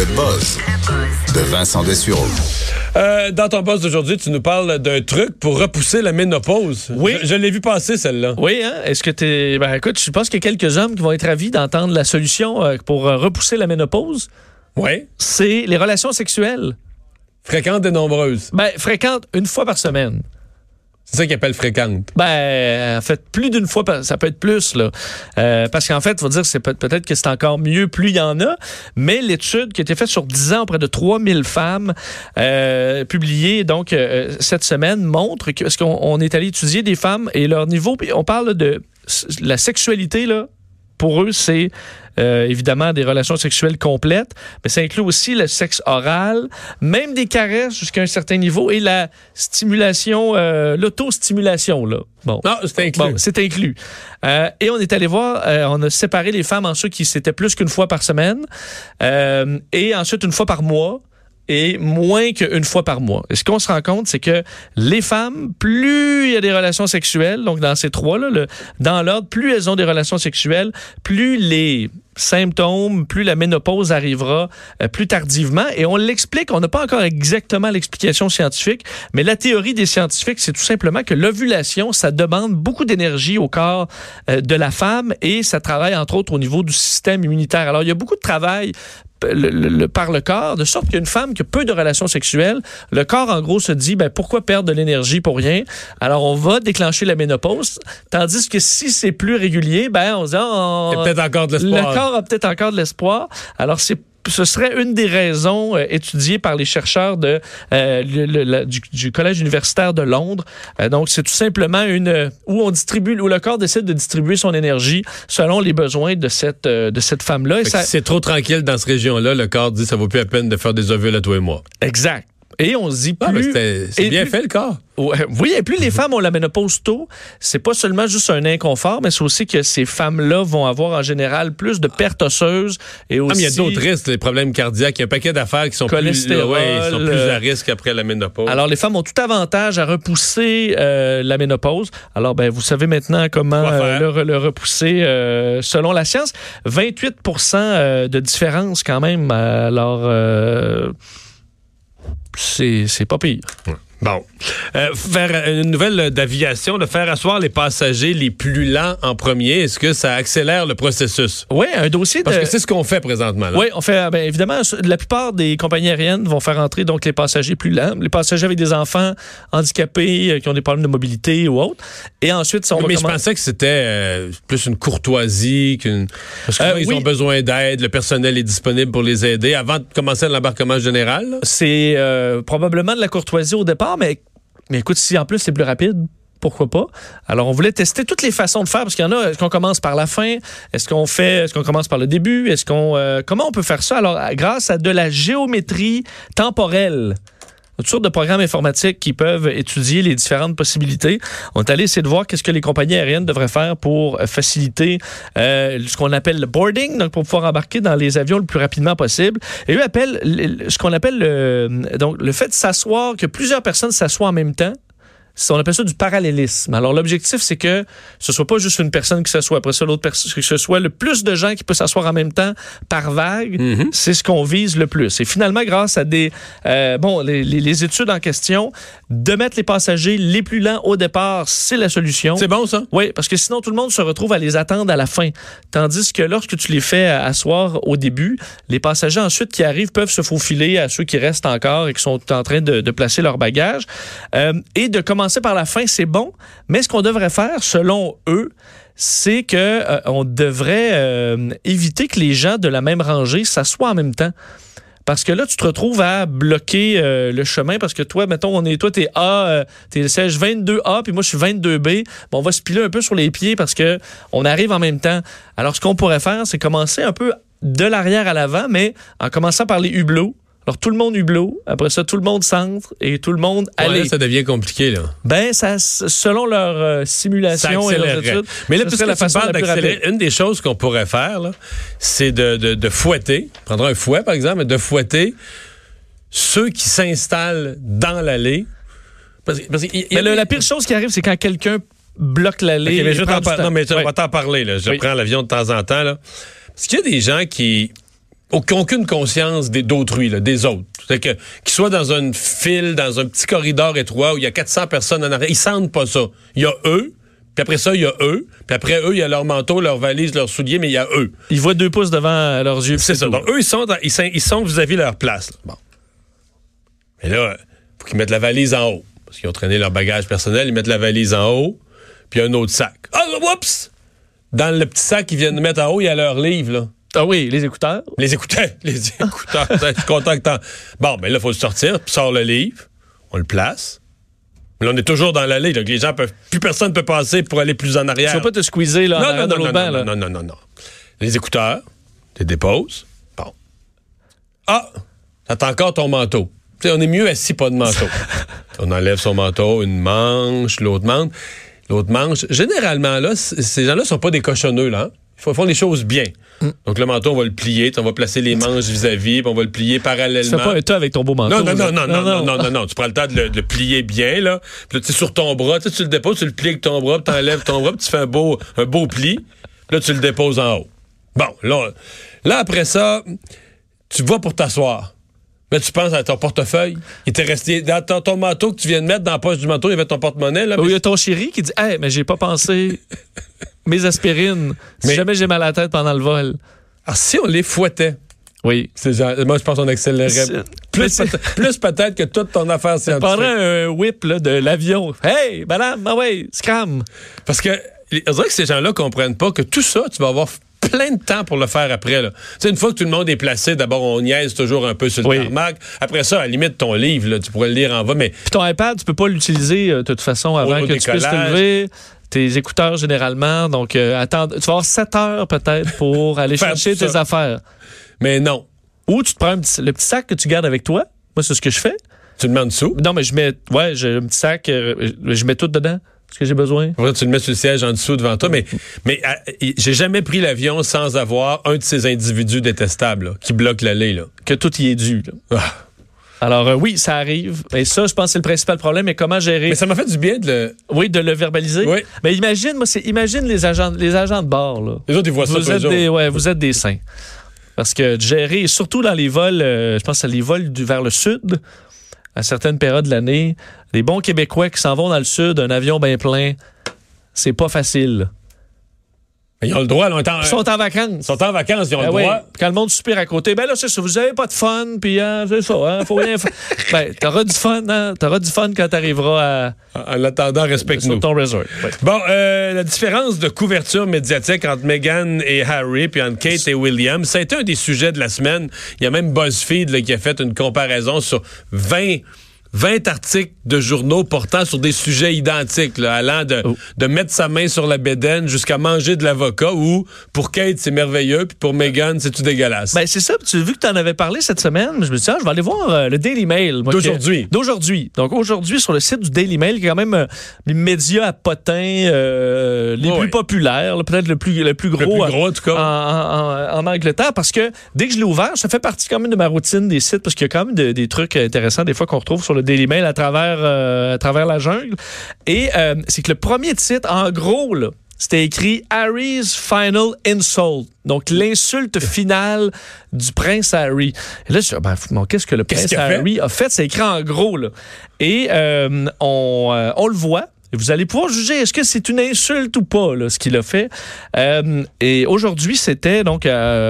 Le buzz de Vincent Dessureau. Dans ton poste d'aujourd'hui, tu nous parles d'un truc pour repousser la ménopause. Oui. Je l'ai vu passer, celle-là. Oui, hein? Est-ce que t'es... Ben écoute, je pense qu'il y a quelques hommes qui vont être ravis d'entendre la solution pour repousser la ménopause. Oui. C'est les relations sexuelles. Fréquentes et nombreuses. Ben, fréquentes une fois par semaine. C'est ça qu'ils appellent fréquente. Ben, en fait, plus d'une fois, ça peut être plus, là. Parce qu'en fait, il faut dire, c'est peut-être que c'est encore mieux, plus il y en a. Mais l'étude qui a été faite sur 10 ans auprès de 3000 femmes, publiée donc cette semaine, montre que, parce qu'on est allé étudier des femmes et leur niveau, puis on parle de la sexualité, là. Pour eux, c'est évidemment des relations sexuelles complètes, mais ça inclut aussi le sexe oral, même des caresses jusqu'à un certain niveau et la stimulation, l'autostimulation, là. Bon. Non, c'est inclus. Bon, c'est inclus. Et on est allé voir, on a séparé les femmes en ceux qui c'était plus qu'une fois par semaine et ensuite une fois par mois. Et moins qu'une fois par mois. Et ce qu'on se rend compte, c'est que les femmes, plus il y a des relations sexuelles, donc dans ces trois-là, dans l'ordre, plus elles ont des relations sexuelles, plus les symptômes, plus la ménopause arrivera plus tardivement. Et on l'explique, on n'a pas encore exactement l'explication scientifique, mais la théorie des scientifiques, c'est tout simplement que l'ovulation, ça demande beaucoup d'énergie au corps de la femme et ça travaille entre autres au niveau du système immunitaire. Alors, il y a beaucoup de travail par le corps, de sorte qu'une femme qui a peu de relations sexuelles, le corps, en gros, se dit, ben, pourquoi perdre de l'énergie pour rien? Alors, on va déclencher la ménopause. Tandis que si c'est plus régulier, ben, on se dit, il y a peut-être encore de l'espoir. Le corps a peut-être encore de l'espoir. Alors, ce serait une des raisons étudiées par les chercheurs du Collège universitaire de Londres. Donc, c'est tout simplement où le corps décide de distribuer son énergie selon les besoins de cette femme-là. Et si c'est trop tranquille dans cette région-là, le corps dit ça vaut plus la peine de faire des ovules à tous les mois. Exact. Et on se dit plus... c'est bien fait, le corps. Oui, et plus les femmes ont la ménopause tôt, c'est pas seulement juste un inconfort, mais c'est aussi que ces femmes-là vont avoir en général plus de pertes osseuses et aussi... mais il y a d'autres risques, les problèmes cardiaques. Il y a un paquet d'affaires qui sont plus à risque après la ménopause. Alors, les femmes ont tout avantage à repousser la ménopause. Alors, ben, vous savez maintenant comment le repousser selon la science. 28% de différence quand même. Alors... C'est pas pire. Bon. Faire une nouvelle d'aviation, de faire asseoir les passagers les plus lents en premier, est-ce que ça accélère le processus? Oui, un dossier Parce que c'est ce qu'on fait présentement. Là. Oui, on fait, bien évidemment, la plupart des compagnies aériennes vont faire entrer donc les passagers plus lents, les passagers avec des enfants handicapés qui ont des problèmes de mobilité ou autres. Et ensuite, mais je pensais que c'était plus une courtoisie parce que ils ont besoin d'aide, le personnel est disponible pour les aider avant de commencer l'embarquement général. Là. C'est probablement de la courtoisie au départ, mais écoute, si en plus c'est plus rapide, pourquoi pas? Alors, on voulait tester toutes les façons de faire, parce qu'il y en a, est-ce qu'on commence par la fin? Est-ce qu'on commence par le début? Comment on peut faire ça? Alors, grâce à de la géométrie temporelle, toutes sortes de programmes informatiques qui peuvent étudier les différentes possibilités. On est allé essayer de voir qu'est-ce que les compagnies aériennes devraient faire pour faciliter ce qu'on appelle le boarding, donc pour pouvoir embarquer dans les avions le plus rapidement possible. Et eux appellent ce qu'on appelle le fait de s'asseoir, que plusieurs personnes s'assoient en même temps. On appelle ça du parallélisme. Alors, l'objectif, c'est que ce soit pas juste une personne qui s'assoit. Après ça, l'autre personne, que ce soit le plus de gens qui peuvent s'asseoir en même temps par vague. Mm-hmm. C'est ce qu'on vise le plus. Et finalement, grâce à les études en question, de mettre les passagers les plus lents au départ, c'est la solution. C'est bon, ça? Oui, parce que sinon, tout le monde se retrouve à les attendre à la fin. Tandis que lorsque tu les fais asseoir au début, les passagers ensuite qui arrivent peuvent se faufiler à ceux qui restent encore et qui sont en train de placer leur bagage. Et de commencer par la fin, c'est bon, mais ce qu'on devrait faire, selon eux, c'est que on devrait éviter que les gens de la même rangée s'assoient en même temps. Parce que là, tu te retrouves à bloquer le chemin parce que toi, mettons, t'es A, t'es siège 22A, puis moi, je suis 22B. Bon, on va se piler un peu sur les pieds parce que on arrive en même temps. Alors, ce qu'on pourrait faire, c'est commencer un peu de l'arrière à l'avant, mais en commençant par les hublots. Alors, tout le monde hublot, après ça, tout le monde centre et tout le monde allait. Là, ça devient compliqué, là. Ben, ça, selon leur simulation et leurs études, mais là, puisque tu parles d'accélérer, une des choses qu'on pourrait faire, là, c'est de fouetter, prendre un fouet, par exemple, et de fouetter ceux qui s'installent dans l'allée. La pire chose qui arrive, c'est quand quelqu'un bloque l'allée. Okay, mais on va t'en parler, là. Je prends l'avion de temps en temps, là. Parce qu'il y a des gens qui... aucune conscience d'autrui, là, des autres. C'est que qu'ils soient dans une file, dans un petit corridor étroit où il y a 400 personnes en arrière, ils sentent pas ça. Il y a eux, puis après ça, il y a eux, puis après eux, il y a leur manteau, leur valise, leurs souliers, mais il y a eux. Ils voient 2 pouces devant leurs yeux. C'est ça. Donc, eux, ils sont vis-à-vis leur place. Là. Bon. Mais là, faut qu'ils mettent la valise en haut. Parce qu'ils ont traîné leur bagage personnel, ils mettent la valise en haut, puis un autre sac. Ah, oups! Dans le petit sac qu'ils viennent de mettre en haut, il y a leur livre, là. Ah oui, les écouteurs. Les écouteurs. Je suis content que t'en... Bon, ben là, il faut le sortir, puis sort le livre, on le place. Là, on est toujours dans l'allée, là, que les gens peuvent... Plus personne ne peut passer pour aller plus en arrière. Tu vas pas te squeezer, là, en arrière de l'autre banc, là. Non. Les écouteurs, tu les déposes. Bon. Ah! T'as encore ton manteau. Tu sais, on est mieux assis, pas de manteau. On enlève son manteau, une manche, l'autre manche. Généralement, là, ces gens-là sont pas des cochonneux, là. Hein? Ils font les choses bien. Donc, le manteau, on va le plier, on va placer les manches vis-à-vis, puis on va le plier parallèlement. Tu fais pas un tas avec ton beau manteau. Non. Tu prends le temps de le plier bien, là. Puis là, tu sais, sur ton bras, tu le déposes, tu le plies avec ton bras, puis t'enlèves ton bras, puis tu fais un beau pli. Puis là, tu le déposes en haut. Bon, là, après ça, tu vas pour t'asseoir. Mais tu penses à ton portefeuille. Il t'est resté dans ton manteau que tu viens de mettre dans la poche du manteau, il y avait ton porte-monnaie, là. Oui, il y a ton chéri qui dit « Hey, mais j'ai pas pensé mes aspirines. Si jamais j'ai mal à la tête pendant le vol. » Alors, si on les fouettait, oui. Moi, je pense qu'on accélérerait. Plus peut-être que toute ton affaire scientifique. Pendant un whip là, de l'avion. Hey, madame, scram. Parce que, on dirait que ces gens-là comprennent pas que tout ça, tu vas avoir plein de temps pour le faire après. Tu sais, une fois que tout le monde est placé, d'abord, on niaise toujours un peu sur le tarmac. Après ça, à la limite, ton livre, là, tu pourrais le lire en bas, mais... Puis ton iPad, tu peux pas l'utiliser de toute façon avant que tu puisses te lever. Tes écouteurs, généralement. Donc, attends, tu vas avoir 7 heures peut-être pour aller chercher tes affaires. Mais non. Ou tu te prends le petit sac que tu gardes avec toi. Moi, c'est ce que je fais. Tu le mets en dessous? Non, mais j'ai un petit sac, je mets tout dedans. Ce que j'ai besoin. Après, tu le mets sur le siège en dessous devant toi, mais j'ai jamais pris l'avion sans avoir un de ces individus détestables là, qui bloquent l'allée. Là. Que tout y est dû. Là. Ah. Alors, oui, ça arrive. Et ça, je pense que c'est le principal problème. Mais comment gérer... Mais ça m'a fait du bien de le... Oui, de le verbaliser. Oui. Mais imagine les agents de bord. Là. Les autres, ils voient ça tous les jours. Vous êtes des saints. Parce que de gérer, surtout dans les vols, je pense que c'est les vols vers le sud, à certaines périodes de l'année, les bons Québécois qui s'en vont dans le sud, un avion bien plein, c'est pas facile. Ils ont le droit. Ils sont en vacances. Ils sont en vacances, ils ont le droit. Quand le monde soupire à côté, ben là, c'est ça, vous avez pas de fun, puis c'est ça, faut rien faire. Ben, t'auras du fun, hein? T'auras du fun quand t'arriveras à... En attendant, respecte-nous. Sur ton resort. Ouais. Bon, la différence de couverture médiatique entre Meghan et Harry, puis entre Kate et William, ça a été un des sujets de la semaine. Il y a même BuzzFeed là, qui a fait une comparaison sur 20 articles de journaux portant sur des sujets identiques, là, allant de mettre sa main sur la bédaine jusqu'à manger de l'avocat, ou pour Kate, c'est merveilleux, puis pour Meghan, c'est tout dégueulasse. Ben, c'est ça. Tu as vu que tu en avais parlé cette semaine. Je me suis dit, je vais aller voir le Daily Mail. D'aujourd'hui. Donc, aujourd'hui, sur le site du Daily Mail, qui est quand même les médias à potins les plus populaires, là, peut-être le plus gros. Le plus gros, en tout cas. En Angleterre, parce que dès que je l'ai ouvert, ça fait partie quand même de ma routine des sites, parce qu'il y a quand même des trucs intéressants, des fois, qu'on retrouve sur le Daily Mail à travers la jungle. Et c'est que le premier titre, en gros, là, c'était écrit Harry's Final Insult. Donc, l'insulte finale du prince Harry. Et là, je dis, qu'est-ce que le prince Harry a fait? C'est écrit en gros, là. Et on le voit. Vous allez pouvoir juger, est-ce que c'est une insulte ou pas, là, ce qu'il a fait. Et aujourd'hui, c'était donc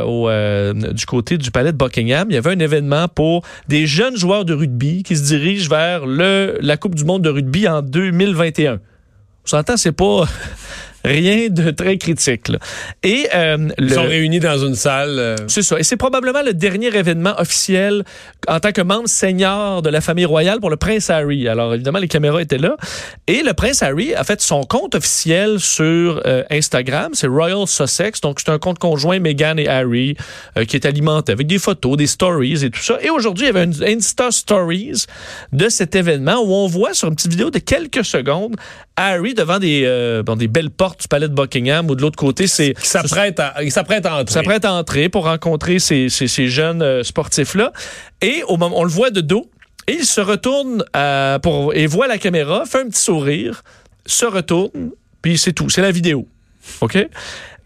du côté du palais de Buckingham. Il y avait un événement pour des jeunes joueurs de rugby qui se dirigent vers la Coupe du monde de rugby en 2021. On s'entend, c'est pas... Rien de très critique. Là. Et, ils sont réunis dans une salle. C'est ça. Et c'est probablement le dernier événement officiel en tant que membre senior de la famille royale pour le prince Harry. Alors, évidemment, les caméras étaient là. Et le prince Harry a fait son compte officiel sur Instagram. C'est Royal Sussex. Donc, c'est un compte conjoint Meghan et Harry qui est alimenté avec des photos, des stories et tout ça. Et aujourd'hui, il y avait une Insta Stories de cet événement où on voit sur une petite vidéo de quelques secondes Harry devant des belles portes du palais de Buckingham, ou de l'autre côté, il s'apprête à entrer. Il s'apprête à entrer pour rencontrer ces jeunes sportifs-là. Et au moment, on le voit de dos, et il se retourne et voit la caméra, fait un petit sourire, se retourne, puis c'est tout. C'est la vidéo. OK?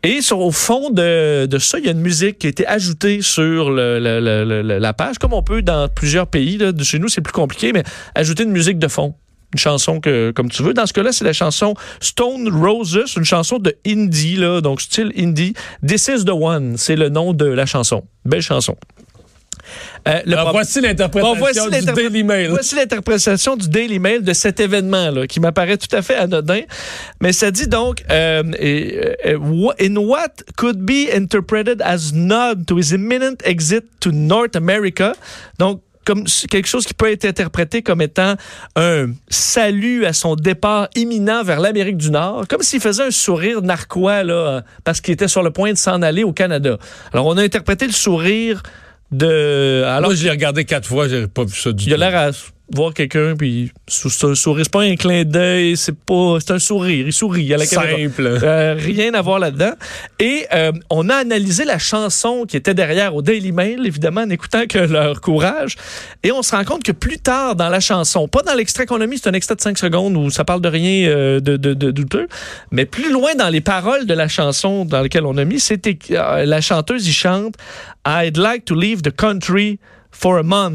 Et au fond de ça, il y a une musique qui a été ajoutée sur la page, comme on peut dans plusieurs pays. Là. Chez nous, c'est plus compliqué, mais ajouter une musique de fond. Une chanson comme tu veux. Dans ce cas-là, c'est la chanson Stone Roses, une chanson de indie, là, donc style indie. This is the one, c'est le nom de la chanson. Belle chanson. Voici l'interprétation du Daily Mail. Voici l'interprétation du Daily Mail de cet événement-là, qui m'apparaît tout à fait anodin. Mais ça dit donc, in what could be interpreted as nod to his imminent exit to North America. Donc, comme quelque chose qui peut être interprété comme étant un salut à son départ imminent vers l'Amérique du Nord, comme s'il faisait un sourire narquois là, parce qu'il était sur le point de s'en aller au Canada. Alors, on a interprété le sourire de... Alors, moi, je l'ai regardé 4 fois, j'ai pas vu ça du tout. Il a l'air à voir quelqu'un, puis c'est un sourire. C'est pas un clin d'œil, c'est un sourire. Il sourit à la caméra. Simple. Rien à voir là-dedans. Et on a analysé la chanson qui était derrière au Daily Mail, évidemment, en écoutant que leur courage. Et on se rend compte que plus tard dans la chanson, pas dans l'extrait qu'on a mis, c'est un extrait de 5 secondes où ça parle de rien de douteux, mais plus loin dans les paroles de la chanson dans laquelle on a mis, c'était la chanteuse y chante « I'd like to leave the country for a month ».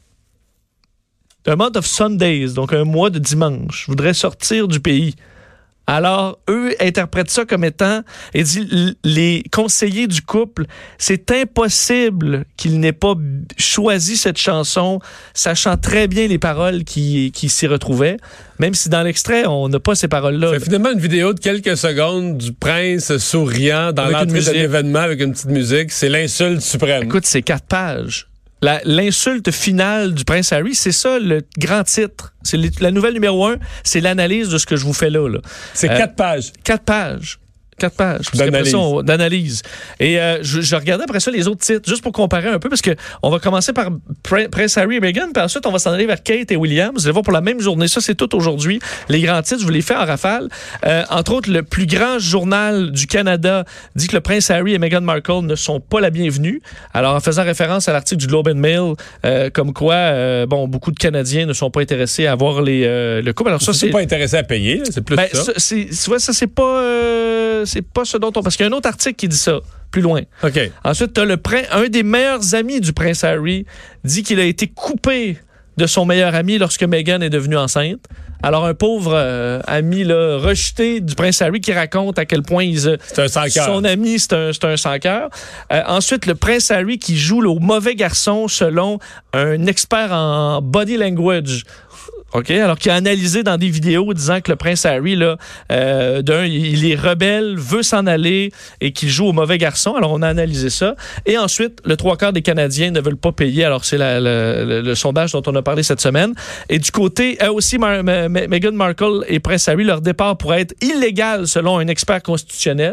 Un month of Sundays, donc un mois de dimanche. Je voudrais sortir du pays. Alors, eux interprètent ça comme étant, et dit, les conseillers du couple, c'est impossible qu'ils n'aient pas choisi cette chanson, sachant très bien les paroles qui s'y retrouvaient, même si dans l'extrait, on n'a pas ces paroles-là. C'est finalement une vidéo de quelques secondes du prince souriant dans l'entrée de l'événement avec une petite musique. C'est l'insulte suprême. Écoute, c'est 4 pages. L'insulte finale du prince Harry, c'est ça le grand titre. C'est la nouvelle numéro 1, c'est l'analyse de ce que je vous fais là. C'est 4 pages. 4 pages. 4 pages d'analyse. Et je regardais après ça les autres titres, juste pour comparer un peu, parce que on va commencer par Prince Harry et Meghan, puis ensuite on va s'en aller vers Kate et William. Vous allez voir pour la même journée. Ça, c'est tout aujourd'hui. Les grands titres, je vous les fais en rafale. Entre autres, le plus grand journal du Canada dit que le Prince Harry et Meghan Markle ne sont pas la bienvenue. Alors, en faisant référence à l'article du Globe and Mail, comme quoi, beaucoup de Canadiens ne sont pas intéressés à voir le couple. Alors, ça, c'est pas intéressé à payer, c'est plus ça. Ça, c'est pas ce dont on... Parce qu'il y a un autre article qui dit ça, plus loin. OK. Ensuite, t'as un des meilleurs amis du prince Harry dit qu'il a été coupé de son meilleur ami lorsque Meghan est devenue enceinte. Alors, un pauvre ami là, rejeté du prince Harry qui raconte à quel point c'est un sans-cœur. Son ami, c'est un sans-cœur. Ensuite, le prince Harry qui joue au mauvais garçon selon un expert en body language. OK, alors qu'il a analysé dans des vidéos disant que le prince Harry, là, il est rebelle, veut s'en aller et qu'il joue au mauvais garçon. Alors, on a analysé ça. Et ensuite, le 3/4 des Canadiens ne veulent pas payer. Alors, c'est le sondage dont on a parlé cette semaine. Et du côté, aussi, Meghan Markle et prince Harry, leur départ pourrait être illégal selon un expert constitutionnel.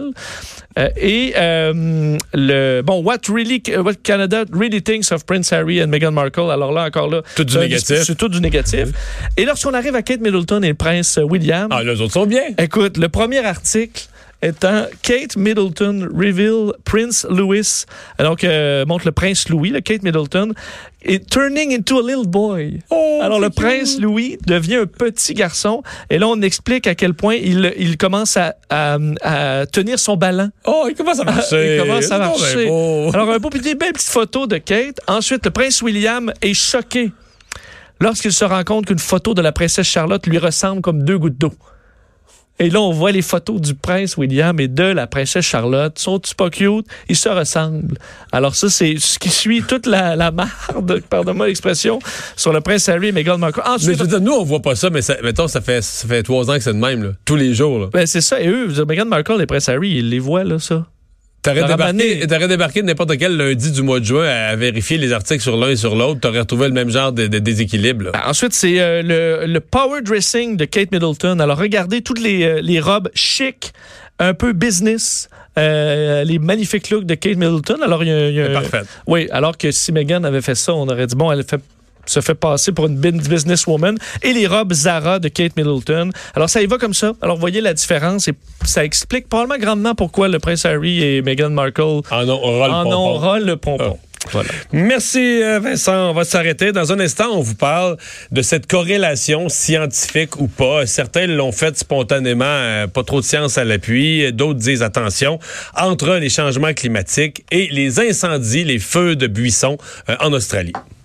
What Canada really thinks of Prince Harry and Meghan Markle. Alors là, encore là, tout du négatif. C'est tout du négatif. Et lorsqu'on arrive à Kate Middleton et le prince William... Ah, les autres sont bien. Écoute, le premier article étant Kate Middleton reveal Prince Louis, donc montre le prince Louis, le Kate Middleton, est turning into a little boy. Oh, alors le prince Louis devient un petit garçon et là on explique à quel point il commence à tenir son ballon. Oh, il commence à marcher. Il commence à marcher. Alors un beau petit belle petite photo de Kate. Ensuite le prince William est choqué lorsqu'il se rend compte qu'une photo de la princesse Charlotte lui ressemble comme 2 gouttes d'eau. Et là, on voit les photos du prince William et de la princesse Charlotte. Sont-ils pas cute? Ils se ressemblent. Alors ça, c'est ce qui suit toute la marde, pardonne-moi l'expression, sur le prince Harry et Meghan Markle. Ensuite, mais je veux dire, nous, on voit pas ça, mais mettons, ça fait 3 ans que c'est de même, là, tous les jours. Là. Ben, c'est ça. Et eux, Meghan Markle et prince Harry, ils les voient, là, ça. T'aurais débarqué n'importe quel lundi du mois de juin à vérifier les articles sur l'un et sur l'autre. T'aurais retrouvé le même genre de déséquilibre. Ensuite, c'est le power dressing de Kate Middleton. Alors, regardez toutes les robes chic, un peu business, les magnifiques looks de Kate Middleton. Alors, il y a parfait. Oui, alors que si Meghan avait fait ça, on aurait dit, bon, se fait passer pour une businesswoman. Et les robes Zara de Kate Middleton. Alors, ça y va comme ça. Alors, vous voyez la différence et ça explique probablement grandement pourquoi le prince Harry et Meghan Markle en ont ras le pompon. Voilà. Merci Vincent, on va s'arrêter. Dans un instant, on vous parle de cette corrélation scientifique ou pas. Certains l'ont fait spontanément, pas trop de science à l'appui. D'autres disent attention, entre les changements climatiques et les incendies, les feux de buissons en Australie.